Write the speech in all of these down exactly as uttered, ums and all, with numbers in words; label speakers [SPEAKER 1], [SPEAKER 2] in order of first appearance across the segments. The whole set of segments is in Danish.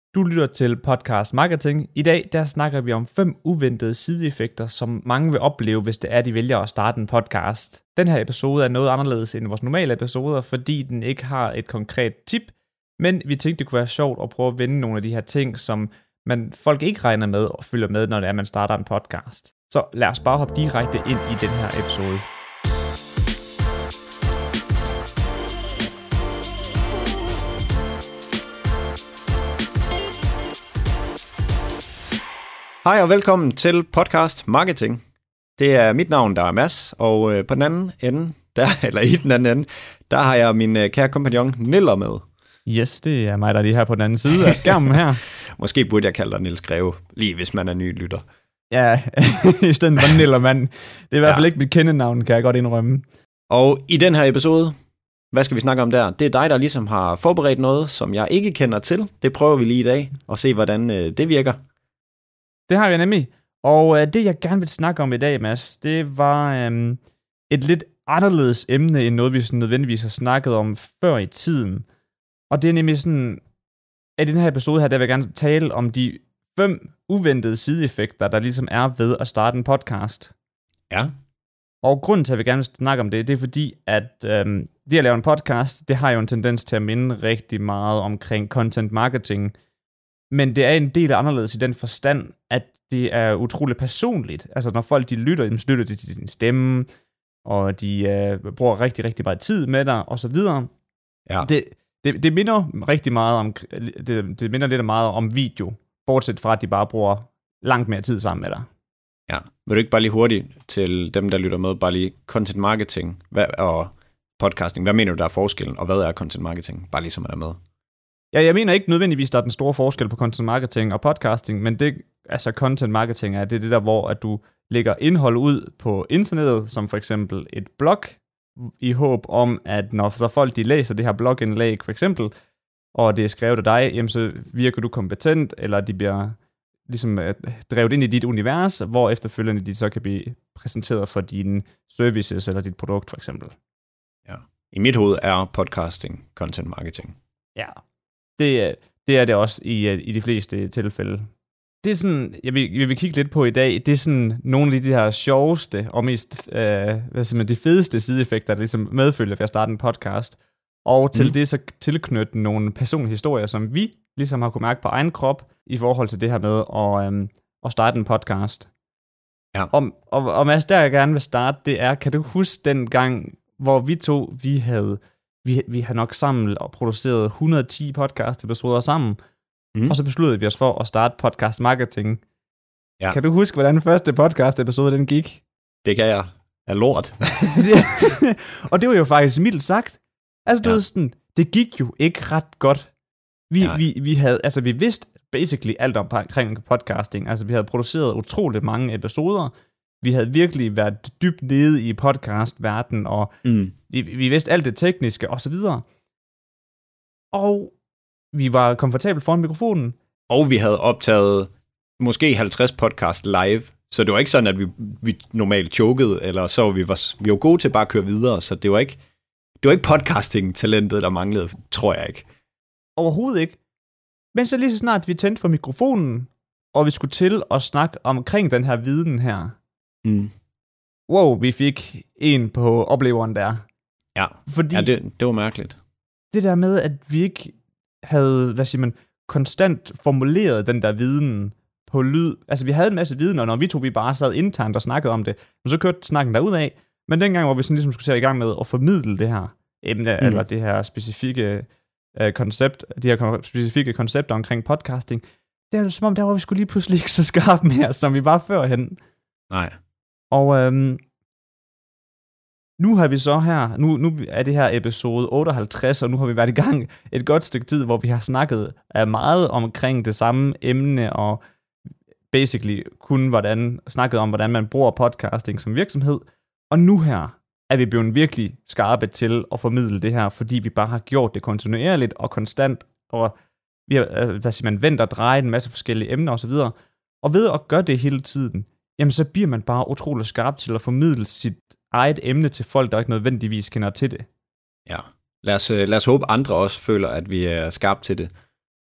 [SPEAKER 1] Du lytter til Podcast Marketing. I dag der snakker vi om fem uventede sideeffekter, som mange vil opleve, hvis det er, de vælger at starte en podcast. Den her episode er noget anderledes end vores normale episoder, fordi den ikke har et konkret tip, men vi tænkte, det kunne være sjovt at prøve at vende nogle af de her ting, som man folk ikke regner med og følger med, når det er, man starter en podcast. Så lad os bare hoppe direkte ind i den her episode.
[SPEAKER 2] Hej og velkommen til Podcast Marketing. Det er mit navn, der er Mads, og øh, på den anden ende, der, eller i den anden ende, der har jeg min øh, kære kompagnon Niller med.
[SPEAKER 1] Yes, det er mig, der er lige her på den anden side af skærmen her.
[SPEAKER 2] Måske burde jeg kalde dig Niels Greve, lige hvis man er ny lytter.
[SPEAKER 1] Ja, i stedet for Nillermand. Det er i hvert fald
[SPEAKER 2] Ja.
[SPEAKER 1] ikke mit kendenavn, kan jeg godt indrømme.
[SPEAKER 2] Og i den her episode, hvad skal vi snakke om der? Det er dig, der ligesom har forberedt noget, som jeg ikke kender til. Det prøver vi lige i dag, og se hvordan øh, det virker.
[SPEAKER 1] Det har jeg nemlig. Og øh, det, jeg gerne vil snakke om i dag, Mads, det var øh, et lidt anderledes emne, end noget, vi sådan nødvendigvis har snakket om før i tiden. Og det er nemlig sådan, at i den her episode her, der vil jeg gerne tale om de fem uventede sideeffekter, der ligesom er ved at starte en podcast.
[SPEAKER 2] Ja.
[SPEAKER 1] Og grunden til, at jeg gerne vil snakke om det, det er fordi, at øhm, det at lave en podcast, det har jo en tendens til at minde rigtig meget omkring content marketing. Men det er en del anderledes i den forstand, at det er utroligt personligt. Altså når folk de lytter, så lytter de til din stemme, og de øh, bruger rigtig, rigtig meget tid med dig, og så videre.
[SPEAKER 2] Ja.
[SPEAKER 1] Det, det, det minder rigtig meget om, det, det minder lidt meget om video, bortset fra, at de bare bruger langt mere tid sammen med dig.
[SPEAKER 2] Ja. Vil du ikke bare lige hurtigt til dem, der lytter med, bare lige content marketing hvad, og podcasting. Hvad mener du, der er forskellen, og hvad er content marketing? Bare lige så man er med.
[SPEAKER 1] Ja, jeg mener ikke nødvendigvis, der er den store forskel på content marketing og podcasting, men det, altså content marketing er det, er det der, hvor at du lægger indhold ud på internettet, som for eksempel et blog, i håb om, at når så folk de læser det her blogindlæg for eksempel, og det er skrevet af dig, jamen så virker du kompetent, eller de bliver ligesom uh, drevet ind i dit univers, hvor efterfølgende de så kan blive præsenteret for dine services eller dit produkt for eksempel.
[SPEAKER 2] Ja. I mit hoved er podcasting content marketing.
[SPEAKER 1] Ja, det, det er det også i, i de fleste tilfælde. Det er sådan, jeg vil, jeg vil kigge lidt på i dag, det er sådan nogle af de her sjoveste og mest, øh, hvad siger man, de fedeste sideeffekter, der ligesom medfølger ved at starte en podcast. Og til mm. det så tilknytte nogle personlige historier, som vi ligesom har kunne mærke på egen krop, i forhold til det her med at, øhm, at starte en podcast.
[SPEAKER 2] Ja.
[SPEAKER 1] Og, og, og Mads, der jeg gerne vil starte, det er, kan du huske den gang, hvor vi to, vi havde, vi, vi havde nok sammen og produceret et hundrede og ti podcast-episoder sammen, mm. og så besluttede vi os for at starte podcast marketing.
[SPEAKER 2] Ja.
[SPEAKER 1] Kan du huske, hvordan den første podcast-episode den gik?
[SPEAKER 2] Det kan jeg. Er lort.
[SPEAKER 1] Og det var jo faktisk mildt sagt. Altså, du
[SPEAKER 2] ja.
[SPEAKER 1] ved sådan, det gik jo ikke ret godt. Vi, vi, vi havde, altså vi vidste basically alt omkring podcasting. Altså, vi havde produceret utroligt mange episoder. Vi havde virkelig været dybt nede i podcastverdenen, og
[SPEAKER 2] mm.
[SPEAKER 1] vi, vi vidste alt det tekniske, og så videre. Og vi var komfortable foran mikrofonen.
[SPEAKER 2] Og vi havde optaget måske halvtreds podcast live, så det var ikke sådan, at vi, vi normalt chokede, eller så vi var, vi var gode til bare at køre videre, så det var ikke, det var ikke podcasting-talentet, der manglede, tror jeg ikke.
[SPEAKER 1] Overhovedet ikke. Men så lige så snart vi tændte for mikrofonen, og vi skulle til at snakke omkring den her viden her.
[SPEAKER 2] Mm.
[SPEAKER 1] Wow, vi fik en på opleveren der.
[SPEAKER 2] Ja,
[SPEAKER 1] Fordi
[SPEAKER 2] ja det, det var mærkeligt.
[SPEAKER 1] Det der med, at vi ikke havde, hvad siger man, konstant formuleret den der viden på lyd. Altså, vi havde en masse viden, og når vi to vi bare sad internt og snakkede om det, så kørte snakken derudad. Men dengang, hvor vi sådan ligesom skulle sætte i gang med at formidle det her emne, mm. eller det her specifikke øh, koncept, de her specifikke koncepter omkring podcasting, det er jo som om, der var vi skulle lige pludselig ikke så skarpe mere, som vi var førhen.
[SPEAKER 2] Nej.
[SPEAKER 1] Og øhm, nu har vi så her, nu, nu er det her episode otteoghalvtreds, og nu har vi været i gang et godt stykke tid, hvor vi har snakket uh, meget omkring det samme emne, og basically kun hvordan, snakket om, hvordan man bruger podcasting som virksomhed. Og nu her er vi blevet virkelig skarpe til at formidle det her, fordi vi bare har gjort det kontinuerligt og konstant, og vi har, hvad siger man, vendt og drejet en masse forskellige emner osv. Og ved at gøre det hele tiden, jamen så bliver man bare utrolig skarp til at formidle sit eget emne til folk, der ikke nødvendigvis kender til det.
[SPEAKER 2] Ja, lad os, lad os håbe, andre også føler, at vi er skarpe til det.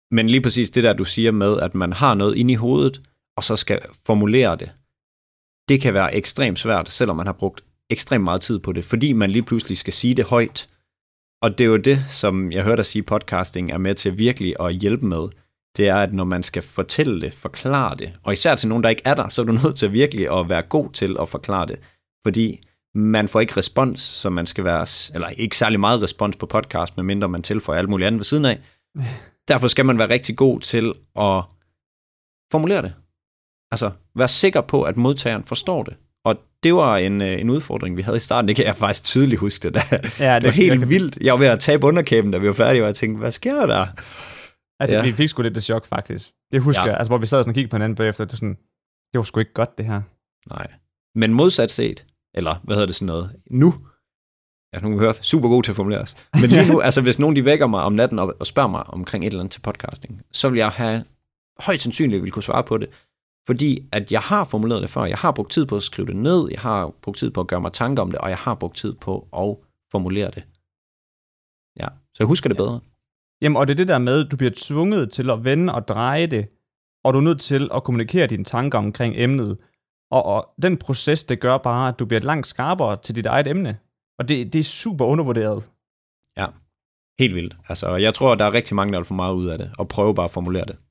[SPEAKER 2] Men lige præcis det der, du siger med, at man har noget inde i hovedet, og så skal formulere det, det kan være ekstremt svært, selvom man har brugt ekstremt meget tid på det, fordi man lige pludselig skal sige det højt. Og det er jo det, som jeg hørte dig sige, podcasting er med til virkelig at hjælpe med. Det er, at når man skal fortælle det, forklare det, og især til nogen, der ikke er der, så er du nødt til virkelig at være god til at forklare det. Fordi man får ikke respons, som man skal være, eller ikke særlig meget respons på podcast, medmindre man tilføjer alt muligt andet ved siden af. Derfor skal man være rigtig god til at formulere det. Altså, være sikker på, at modtageren forstår det. Og det var en, en udfordring, vi havde i starten. Det kan jeg faktisk tydeligt huske. Det, ja, det, det var helt kan... vildt. Jeg var ved at tabe underkæben, da vi var færdige, og jeg tænkte, hvad sker der?
[SPEAKER 1] Altså, ja. Vi fik sgu lidt det chok, faktisk. Det husker ja. jeg. Altså, hvor vi sad og kiggede på hinanden bagefter. Det var, sådan, det var sgu ikke godt, det her.
[SPEAKER 2] Nej. Men modsat set, eller hvad hedder det sådan noget, nu, ja, nu kan vi høre, super god til at formulere os. Men lige nu, altså hvis nogen de vækker mig om natten og, og spørger mig omkring et eller andet til podcasting, så vil jeg have højst sandsynligt vil kunne svare på det, fordi at jeg har formuleret det før. Jeg har brugt tid på at skrive det ned, jeg har brugt tid på at gøre mig tanker om det, og jeg har brugt tid på at formulere det. Ja, så jeg husker det bedre.
[SPEAKER 1] Jamen, og det er det der med, at du bliver tvunget til at vende og dreje det, og du er nødt til at kommunikere dine tanker omkring emnet. Og, og den proces, det gør bare, at du bliver langt skarpere til dit eget emne. Og det, det er super undervurderet.
[SPEAKER 2] Ja, helt vildt. Altså, jeg tror, der er rigtig mange, der vil få meget ud af det, og prøve bare at formulere det.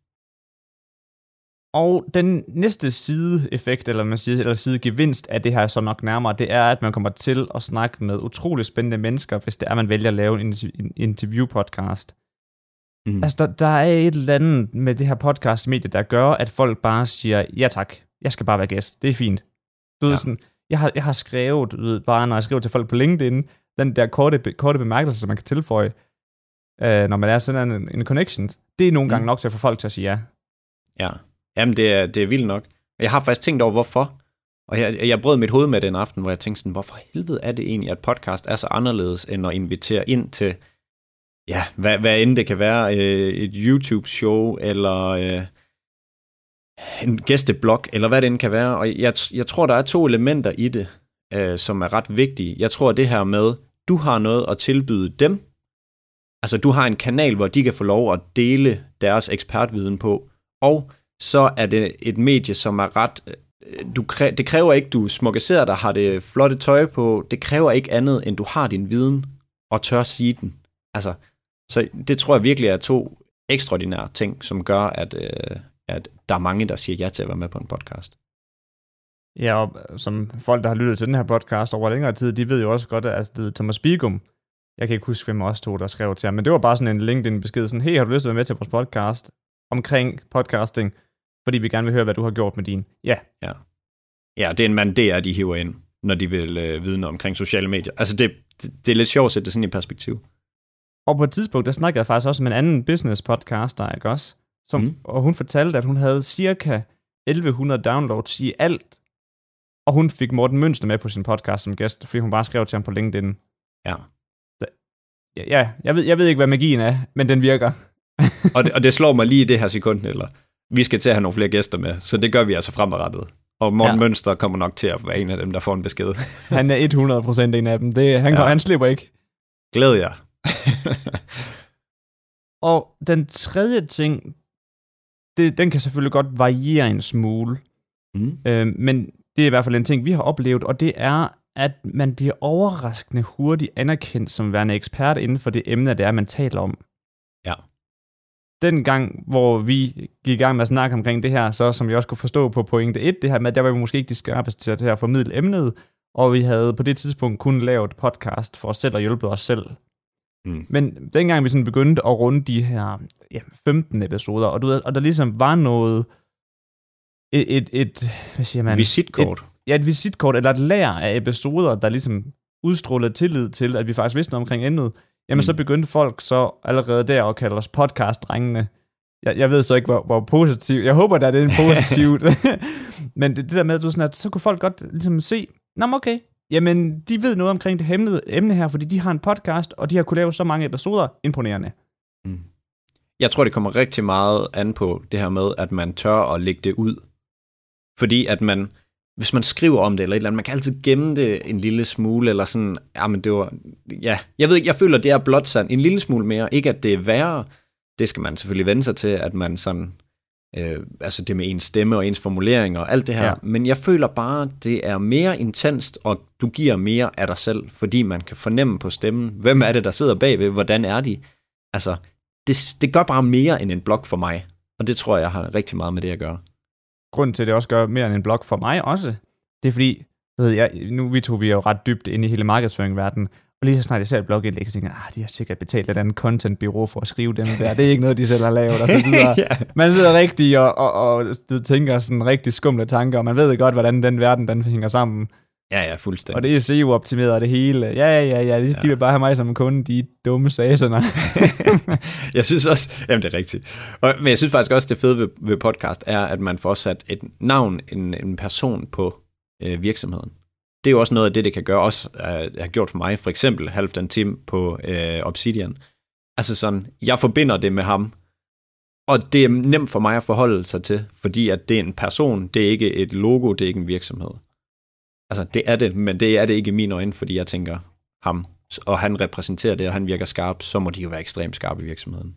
[SPEAKER 1] Og den næste sideeffekt, eller man siger, eller sidegevinst af det her så nok nærmere, det er, at man kommer til at snakke med utrolig spændende mennesker, hvis det er, man vælger at lave en interview-podcast. Mm. Altså, der, der er et eller andet med det her podcast-medie, der gør, at folk bare siger, ja tak, jeg skal bare være gæst, det er fint. Du ja. ved sådan, jeg har, jeg har skrevet, du ved, bare når jeg skriver til folk på LinkedIn, den der korte, korte bemærkelse, som man kan tilføje, øh, når man er sådan en, en connection, det er nogle mm. gange nok til at få folk til at sige ja.
[SPEAKER 2] Ja, jamen det er, det er vildt nok. Jeg har faktisk tænkt over, hvorfor. Og jeg, jeg brød mit hoved med den aften, hvor jeg tænkte sådan, hvorfor helvede er det egentlig, at podcast er så anderledes, end at invitere ind til, ja, hvad, hvad end det kan være, øh, et YouTube-show, eller øh, en gæsteblog, eller hvad det end kan være. Og jeg, jeg tror, der er to elementer i det, øh, som er ret vigtige. Jeg tror, det her med, du har noget at tilbyde dem. Altså, du har en kanal, hvor de kan få lov at dele deres ekspertviden på, og så er det et medie, som er ret... Du, det kræver ikke, du smukkeriserer dig, har det flotte tøj på. Det kræver ikke andet, end du har din viden og tør sige den. Altså, så det tror jeg virkelig er to ekstraordinære ting, som gør, at, øh, at der er mange, der siger ja til at være med på en podcast.
[SPEAKER 1] Ja, og som folk, der har lyttet til den her podcast over længere tid, de ved jo også godt, at altså, det er Thomas Bigum. Jeg kan ikke huske, hvem også to, der skrev til ham, men det var bare sådan en LinkedIn-besked, sådan, hey, har du lyst til at være med til vores podcast omkring podcasting, fordi vi gerne vil høre, hvad du har gjort med din. Ja.
[SPEAKER 2] Ja, ja det er en mand, det er, de hiver ind, når de vil øh, vide noget omkring sociale medier. Altså, det, det, det er lidt sjovt at sætte det sådan i perspektiv.
[SPEAKER 1] Og på et tidspunkt, der snakkede jeg faktisk også med en anden business podcaster, ikke også? Som, mm. Og hun fortalte, at hun havde cirka elleve hundrede downloads i alt. Og hun fik Morten Mønster med på sin podcast som gæst, fordi hun bare skrev til ham på LinkedIn.
[SPEAKER 2] Ja.
[SPEAKER 1] Så, ja, jeg ved, jeg ved ikke, hvad magien er, men den virker.
[SPEAKER 2] og, det, og det slår mig lige i det her sekund, eller vi skal til at have nogle flere gæster med, så det gør vi altså fremadrettet. Og Morten ja. Mønster kommer nok til at være en af dem, der får en besked.
[SPEAKER 1] Han er hundrede procent en af dem. Det, han, ja. går, han slipper ikke.
[SPEAKER 2] Glæder jeg.
[SPEAKER 1] Og den tredje ting, det, den kan selvfølgelig godt variere en smule. Mm. Øh, men det er i hvert fald en ting, vi har oplevet, og det er, at man bliver overraskende hurtigt anerkendt som værende ekspert inden for det emne, det er, man taler om.
[SPEAKER 2] Ja.
[SPEAKER 1] Den gang, hvor vi gik i gang med at snakke omkring det her, så som jeg også kunne forstå på pointe et, det her med, der var vi måske ikke de skarpeste til at, til at formidle emnet, og vi havde på det tidspunkt kun lavet podcast for os selv og hjælpe os selv. Mm. Men dengang vi sådan begyndte at runde de her ja, femten episoder, og, du ved, og der ligesom var noget, et, et, et hvad siger man?
[SPEAKER 2] Visitkort.
[SPEAKER 1] Et, ja, et visitkort, eller et lager af episoder, der ligesom udstrålede tillid til, at vi faktisk vidste noget omkring emnet. Jamen, mm. så begyndte folk så allerede der at kalde os podcast-drengene. Jeg, jeg ved så ikke, hvor, hvor positivt. Jeg håber, at det er en positivt. Men det, det der med, at, du sådan, at så kunne folk godt ligesom se, nå, okay, jamen, de ved noget omkring det emne, emne her, fordi de har en podcast, og de har kunne lave så mange episoder. Imponerende.
[SPEAKER 2] Mm. Jeg tror, det kommer rigtig meget an på det her med, at man tør at lægge det ud. Fordi at man, hvis man skriver om det eller et eller andet, man kan altid gemme det en lille smule, eller sådan, ja, men det var, ja, jeg ved ikke, jeg føler, det er blot sådan en lille smule mere, ikke at det er værre, det skal man selvfølgelig vende sig til, at man sådan, øh, altså det med ens stemme og ens formuleringer og alt det her, ja. Men jeg føler bare, det er mere intenst, og du giver mere af dig selv, fordi man kan fornemme på stemmen, hvem er det, der sidder bagved, hvordan er de, altså, det, det gør bare mere end en blog for mig, og det tror jeg har rigtig meget med det at gøre.
[SPEAKER 1] Grunden til, at det også gør mere end en blog for mig også, det er fordi, ved jeg, nu vi to vi er jo ret dybt inde i hele markedsføringsverdenen, og lige så snart jeg ser et blogindlæg, så tænker jeg, ah, de har sikkert betalt et andet content-bureau for at skrive dem der. Det er ikke noget, de selv har lavet, og så videre. Ja. Man sidder rigtig og, og, og du tænker sådan rigtig skumle tanker, og man ved godt, hvordan den verden, den hænger sammen.
[SPEAKER 2] Ja, ja, fuldstændig.
[SPEAKER 1] Og det er S E O-optimeret og det hele. Ja, ja, ja, ja. De, ja. de vil bare have mig som kunde, de dumme sagener.
[SPEAKER 2] Jeg synes også, jamen det er rigtigt. Og, men jeg synes faktisk også, det fede ved, ved podcast er, at man får sat et navn, en, en person på øh, virksomheden. Det er jo også noget af det, det kan gøre, også uh, har gjort for mig. For eksempel Halfdan Tim på uh, Obsidian. Altså sådan, jeg forbinder det med ham, og det er nemt for mig at forholde sig til, fordi at det er en person, det er ikke et logo, det er ikke en virksomhed. Altså, det er det, men det er det ikke i mine øjne, fordi jeg tænker ham, og han repræsenterer det, og han virker skarp, så må de jo være ekstremt skarpe i virksomheden.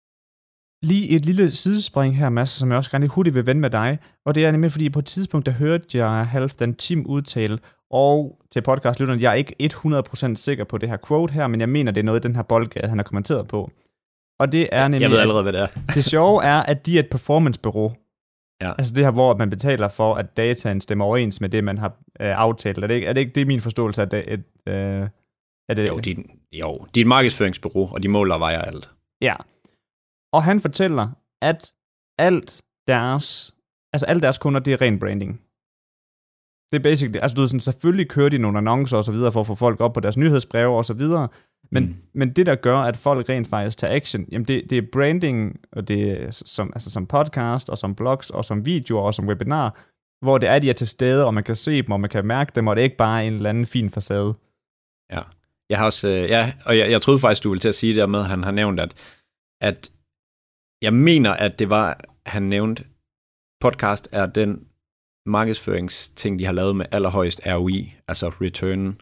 [SPEAKER 1] Lige et lille sidespring her, Mads, som jeg også gerne lige hurtigt vil vende med dig, og det er nemlig, fordi på et tidspunkt, der hørte jeg Halfdan Tim udtale, og til podcastlytterne, jeg er ikke hundrede procent sikker på det her quote her, men jeg mener, det er noget, den her boldgade, han har kommenteret på. Og det er nemlig...
[SPEAKER 2] Jeg ved allerede, hvad det er.
[SPEAKER 1] Det sjove er, at de er et performancebureau.
[SPEAKER 2] Ja.
[SPEAKER 1] Altså det her, hvor man betaler for, at dataen stemmer overens med det, man har øh, aftalt. Er det, ikke, er det ikke det er min forståelse af det? Et, øh, er det
[SPEAKER 2] jo, de, jo, de er et markedsføringsbureau, og de måler og vejer alt.
[SPEAKER 1] Ja. Og han fortæller, at alt deres, altså alle deres kunder, det er ren branding. Det er basically, altså du ved sådan, selvfølgelig kører de nogle annoncer og så videre, for at få folk op på deres nyhedsbreve og så videre, men, mm. men det der gør, at folk rent faktisk tager action, jamen det, det er branding, og det er som, altså som podcast, og som blogs, og som videoer, og som webinar, hvor det er, de er til stede, og man kan se dem, og man kan mærke dem, og det er ikke bare en eller anden fin facade.
[SPEAKER 2] Ja, jeg har også, ja, og jeg, jeg troede faktisk, du ville til at sige det der med, at han har nævnt, at, at jeg mener, at det var, han nævnte, podcast er den markedsføringsting, de har lavet med allerhøjst R O I, altså return.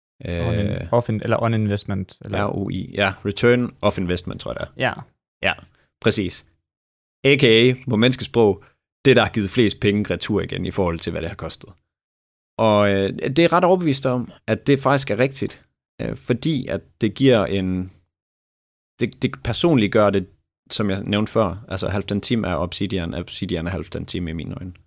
[SPEAKER 1] Øh, off in, eller on investment. Eller?
[SPEAKER 2] R O I, ja, return of investment, tror jeg det er.
[SPEAKER 1] Ja.
[SPEAKER 2] Ja, præcis. A K A, på menneskesprog, det der har givet flest penge retur igen, i forhold til, hvad det har kostet. Og øh, det er ret overbevist om, at det faktisk er rigtigt, øh, fordi at det giver en, det, det personligt gør det, som jeg nævnte før, altså Halfdan Tim er Obsidian, Obsidian er Halfdan Tim i mine øjne.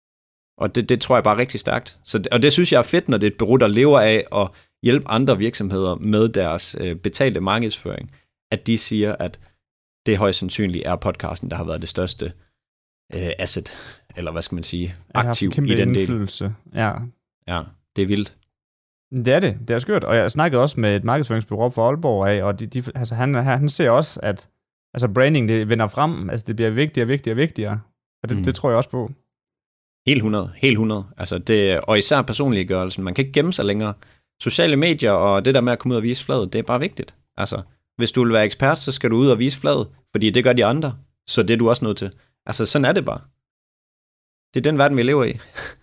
[SPEAKER 2] Og det, det tror jeg bare er rigtig stærkt. Så, og det synes jeg er fedt, når det er et bureau, der lever af at hjælpe andre virksomheder med deres øh, betalte markedsføring, at de siger, at det højst sandsynligt er podcasten, der har været det største øh, asset, eller hvad skal man sige, aktiv i den
[SPEAKER 1] indflydelse. Del. Ja.
[SPEAKER 2] Ja, det er vildt.
[SPEAKER 1] Det er det, det er skørt. Og jeg snakkede også med et markedsføringsbureau for Aalborg af, og de, de, altså han, han ser også, at altså branding, det vender frem, altså det bliver vigtigere, vigtigere, vigtigere, og det, mm. det tror jeg også på.
[SPEAKER 2] Helt hundrede, helt hundrede. Altså det, og især personliggørelsen. Man kan ikke gemme sig længere. Sociale medier og det der med at komme ud og vise fladet, det er bare vigtigt. Altså, hvis du vil være ekspert, så skal du ud og vise fladet, fordi det gør de andre. Så det er du også nødt til. Altså, sådan er det bare. Det er den verden, vi lever i.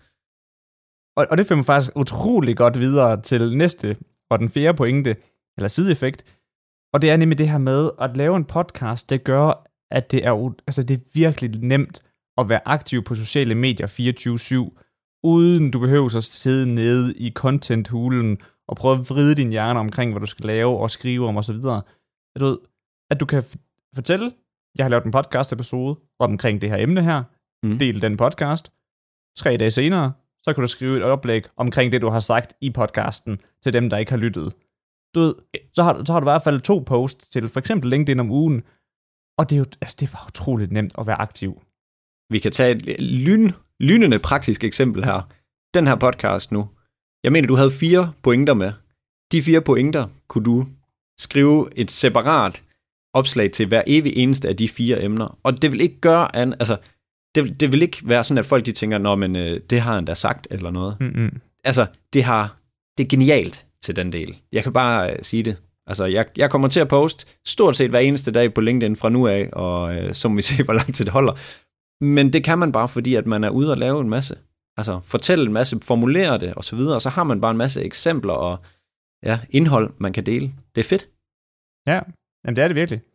[SPEAKER 1] og, og det får man faktisk utrolig godt videre til næste og den fjerde pointe, eller sideeffekt. Og det er nemlig det her med at lave en podcast, det gør, at det er, altså, det er virkelig nemt at være aktiv på sociale medier fireogtyve syv, uden du behøver at sidde nede i content-hulen og prøve at vride din hjerne omkring, hvad du skal lave og skrive om osv. At du, at du kan fortælle, jeg har lavet en podcast-episode omkring det her emne her, mm. del den podcast, tre dage senere, så kan du skrive et oplæg omkring det, du har sagt i podcasten, til dem, der ikke har lyttet. Du ved, så har, så har du i hvert fald to posts til for eksempel LinkedIn om ugen, og det er jo altså, det er bare utroligt nemt at være aktiv.
[SPEAKER 2] Vi kan tage et lyn, lynende praktisk eksempel her. Den her podcast nu. Jeg mener, du havde fire pointer med. De fire pointer kunne du skrive et separat opslag til hver evig eneste af de fire emner. Og det vil ikke gøre an, altså, det, det vil ikke være sådan, at folk de tænker, nå, men øh, det har han da sagt, eller noget.
[SPEAKER 1] Mm-hmm.
[SPEAKER 2] Altså, det har, det er genialt til den del. Jeg kan bare øh, sige det. Altså, jeg, jeg kommer til at poste stort set hver eneste dag på LinkedIn fra nu af, og øh, så må vi se, hvor lang tid det holder. Men det kan man bare, fordi at man er ude og lave en masse. Altså, fortælle en masse, formulere det, og så videre, og så har man bare en masse eksempler og ja, indhold, man kan dele. Det er fedt.
[SPEAKER 1] Ja, jamen det er det virkelig.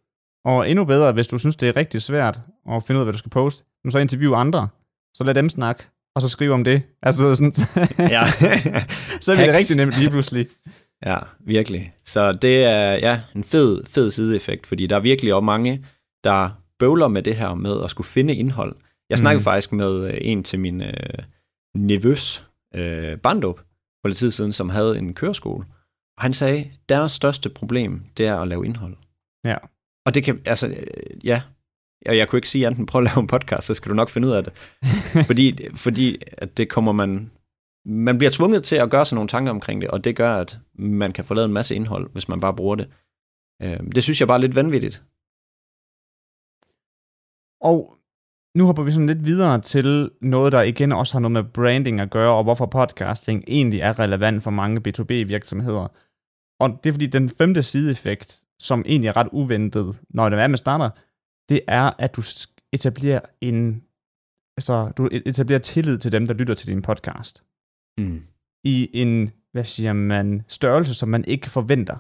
[SPEAKER 1] Og endnu bedre, hvis du synes, det er rigtig svært at finde ud af, hvad du skal poste, nu så interview andre, så lad dem snakke, og så skrive om det. Altså sådan,
[SPEAKER 2] ja.
[SPEAKER 1] så er det rigtig nemt lige pludselig.
[SPEAKER 2] Ja, virkelig. Så det er ja, en fed, fed sideeffekt, fordi der er virkelig også mange, der bøvler med det her med at skulle finde indhold. Jeg snakkede mm. faktisk med en til min øh, nevøs øh, barndåb for lidt tid siden, som havde en køreskole. Og han sagde, deres største problem, det er at lave indhold.
[SPEAKER 1] Ja.
[SPEAKER 2] Og det kan, altså, øh, ja, jeg, jeg kunne ikke sige enten prøv at lave en podcast, så skal du nok finde ud af det. fordi, fordi at det kommer man, man bliver tvunget til at gøre sig nogle tanker omkring det, og det gør, at man kan få lavet en masse indhold, hvis man bare bruger det. Øh, det synes jeg bare er lidt vanvittigt.
[SPEAKER 1] Og nu hopper vi sådan lidt videre til noget, der igen også har noget med branding at gøre, og hvorfor podcasting egentlig er relevant for mange B to B virksomheder. Og det er fordi, den femte sideeffekt, som egentlig er ret uventet, når det er med starter, det er, at du etablerer en, altså, du etablerer tillid til dem, der lytter til din podcast.
[SPEAKER 2] Mm.
[SPEAKER 1] I en, hvad siger man, størrelse, som man ikke forventer.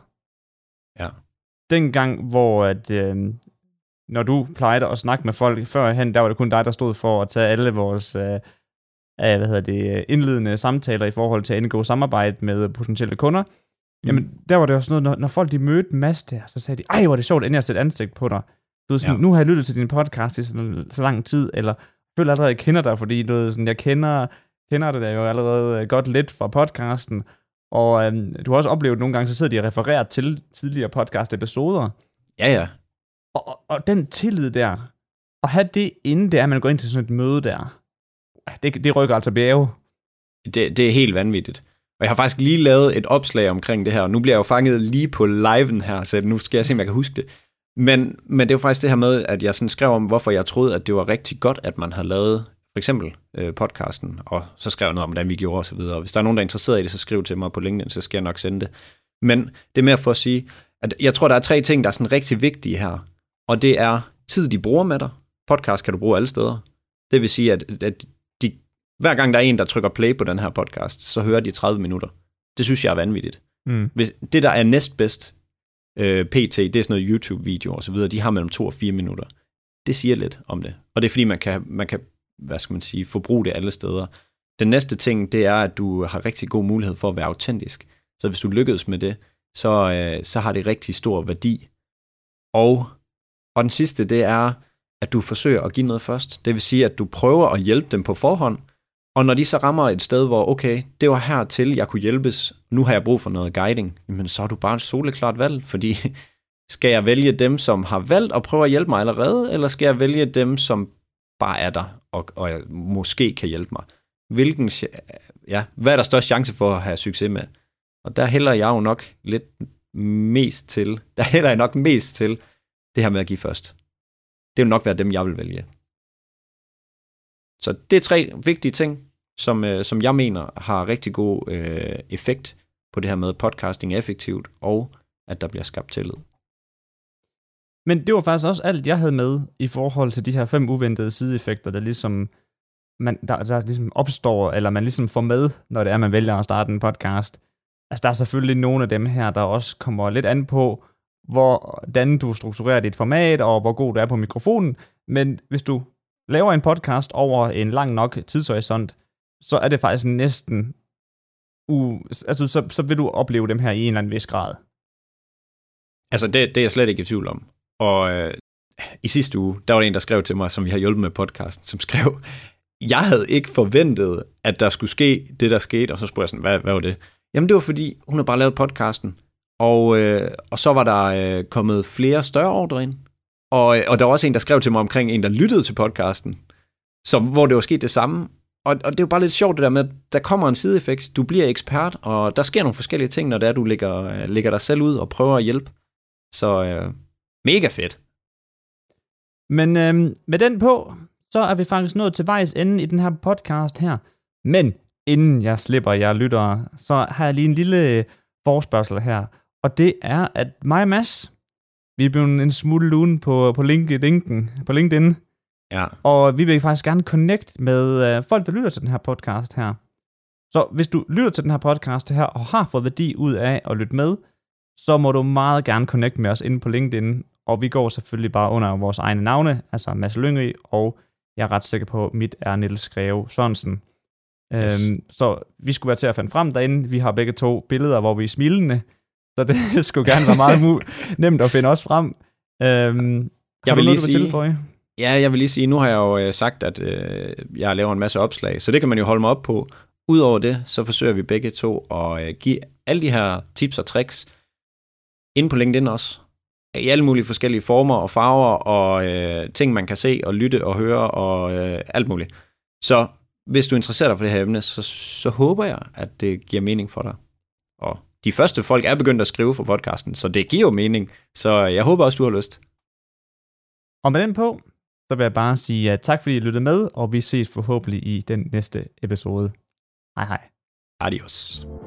[SPEAKER 2] Ja.
[SPEAKER 1] Dengang, hvor at, øh, når du plejede at snakke med folk førhen, der var det kun dig, der stod for at tage alle vores øh, hvad hedder det, indledende samtaler i forhold til at indgå samarbejde med potentielle kunder. Mm. Jamen, der var det også noget, når, når folk de mødte en masse der, så sagde de, ej, hvor er det sjovt, endelig at sætte ansigt på dig. Du ved, sådan, ja. Nu har jeg lyttet til din podcast i så, så lang tid, eller jeg føler allerede, at jeg kender dig, fordi du ved, sådan, jeg kender, kender det der jo allerede godt lidt fra podcasten, og øhm, du har også oplevet nogle gange, så sidder de og refererer til tidligere podcast-episoder.
[SPEAKER 2] Ja, ja.
[SPEAKER 1] Og, og, og den tillid der, at have det inden det er, at man går ind til sådan et møde der, det, det rykker altså bjerge.
[SPEAKER 2] Det, det er helt vanvittigt. Og jeg har faktisk lige lavet et opslag omkring det her, og nu bliver jeg jo fanget lige på liven her, så nu skal jeg se, om jeg kan huske det. Men, men det er jo faktisk det her med, at jeg sådan skrev om, hvorfor jeg troede, at det var rigtig godt, at man har lavet for eksempel øh, podcasten, og så skrev jeg noget om, hvordan vi gjorde og så videre. Hvis der er nogen, der er interesseret i det, så skriv til mig på LinkedIn, så skal jeg nok sende det. Men det er mere for at sige, at jeg tror, der er tre ting, der er sådan rigtig vigtige her. Og det er tid, de bruger med dig. Podcast kan du bruge alle steder. Det vil sige, at, at de, hver gang der er en, der trykker play på den her podcast, så hører de tredive minutter. Det synes jeg er vanvittigt. Mm. Hvis, det, der er næstbedst øh, P T, det er sådan noget YouTube-video og så videre, de har mellem to og fire minutter. Det siger lidt om det. Og det er fordi, man kan, man kan hvad skal man sige, forbruge det alle steder. Den næste ting, det er, at du har rigtig god mulighed for at være autentisk. Så hvis du lykkes med det, så, øh, så har det rigtig stor værdi. Og, og den sidste, det er, at du forsøger at give noget først. Det vil sige, at du prøver at hjælpe dem på forhånd, og når de så rammer et sted, hvor okay, det var hertil, jeg kunne hjælpes, nu har jeg brug for noget guiding, men så er du bare et soleklart valg, fordi skal jeg vælge dem, som har valgt at prøve at hjælpe mig allerede, eller skal jeg vælge dem, som bare er der, og, og måske kan hjælpe mig? Hvilken, ja, hvad er der størst chance for at have succes med? Og der hælder jeg jo nok lidt mest til, der hælder jeg nok mest til det her med at give først. Det vil nok være dem, jeg vil vælge. Så det er tre vigtige ting, som, øh, som jeg mener har rigtig god øh, effekt på det her med podcasting effektivt, og at der bliver skabt tillid.
[SPEAKER 1] Men det var faktisk også alt, jeg havde med i forhold til de her fem uventede sideeffekter, der ligesom, man, der, der ligesom opstår, eller man ligesom får med, når det er, man vælger at starte en podcast. Altså, der er selvfølgelig nogle af dem her, der også kommer lidt an på, hvordan du strukturerer dit format, og hvor god du er på mikrofonen. Men hvis du laver en podcast over en lang nok tidshorisont, så er det faktisk næsten, u... altså, så, så vil du opleve dem her i en eller anden vis grad.
[SPEAKER 2] Altså, det, det er jeg slet ikke i tvivl om. Og øh, i sidste uge, der var der en, der skrev til mig, som vi har hjulpet med podcasten, som skrev, jeg havde ikke forventet, at der skulle ske det, der skete, og så spurgte jeg sådan, hvad, hvad var det? Jamen, det var fordi, hun har bare lavet podcasten, og, øh, og så var der øh, kommet flere større ordre ind, og, og der var også en, der skrev til mig omkring en, der lyttede til podcasten, så, hvor det var sket det samme, og, og det er jo bare lidt sjovt det der med, at der kommer en sideeffekt, du bliver ekspert, og der sker nogle forskellige ting, når det er, du lægger, lægger dig selv ud og prøver at hjælpe, så øh, mega fedt.
[SPEAKER 1] Men øh, med den på, så er vi faktisk nået til vejs ende i den her podcast her, men inden jeg slipper jer lyttere, så har jeg lige en lille forespørgsel her, og det er, at mig og Mads, vi er blevet en smule lune på, på LinkedIn, på LinkedIn,
[SPEAKER 2] ja.
[SPEAKER 1] Og vi vil faktisk gerne connect med uh, folk, der lytter til den her podcast her. Så hvis du lytter til den her podcast her, og har fået værdi ud af at lytte med, så må du meget gerne connect med os inde på LinkedIn, og vi går selvfølgelig bare under vores egne navne, altså Mads Lyngø, og jeg er ret sikker på, at mit er Niels Greve Sørensen. Yes. Øhm, så vi skulle være til at finde frem derinde. Vi har begge to billeder, hvor vi er smilende, så det skulle gerne være meget mu- nemt at finde os frem. Øhm,
[SPEAKER 2] jeg vil lige sige,
[SPEAKER 1] tilføje?
[SPEAKER 2] Ja, jeg vil lige sige, nu har jeg jo øh, sagt, at øh, jeg laver en masse opslag, så det kan man jo holde mig op på. Udover det, så forsøger vi begge to at øh, give alle de her tips og tricks inde på LinkedIn også. I alle mulige forskellige former og farver og øh, ting, man kan se og lytte og høre og øh, alt muligt. Så hvis du interesserer dig for det her emne, så, så håber jeg, at det giver mening for dig. Og de første folk er begyndt at skrive for podcasten, så det giver jo mening. Så jeg håber også, du har lyst.
[SPEAKER 1] Og med den på, så vil jeg bare sige uh, tak, fordi I lyttede med, og vi ses forhåbentlig i den næste episode. Hej hej.
[SPEAKER 2] Adios.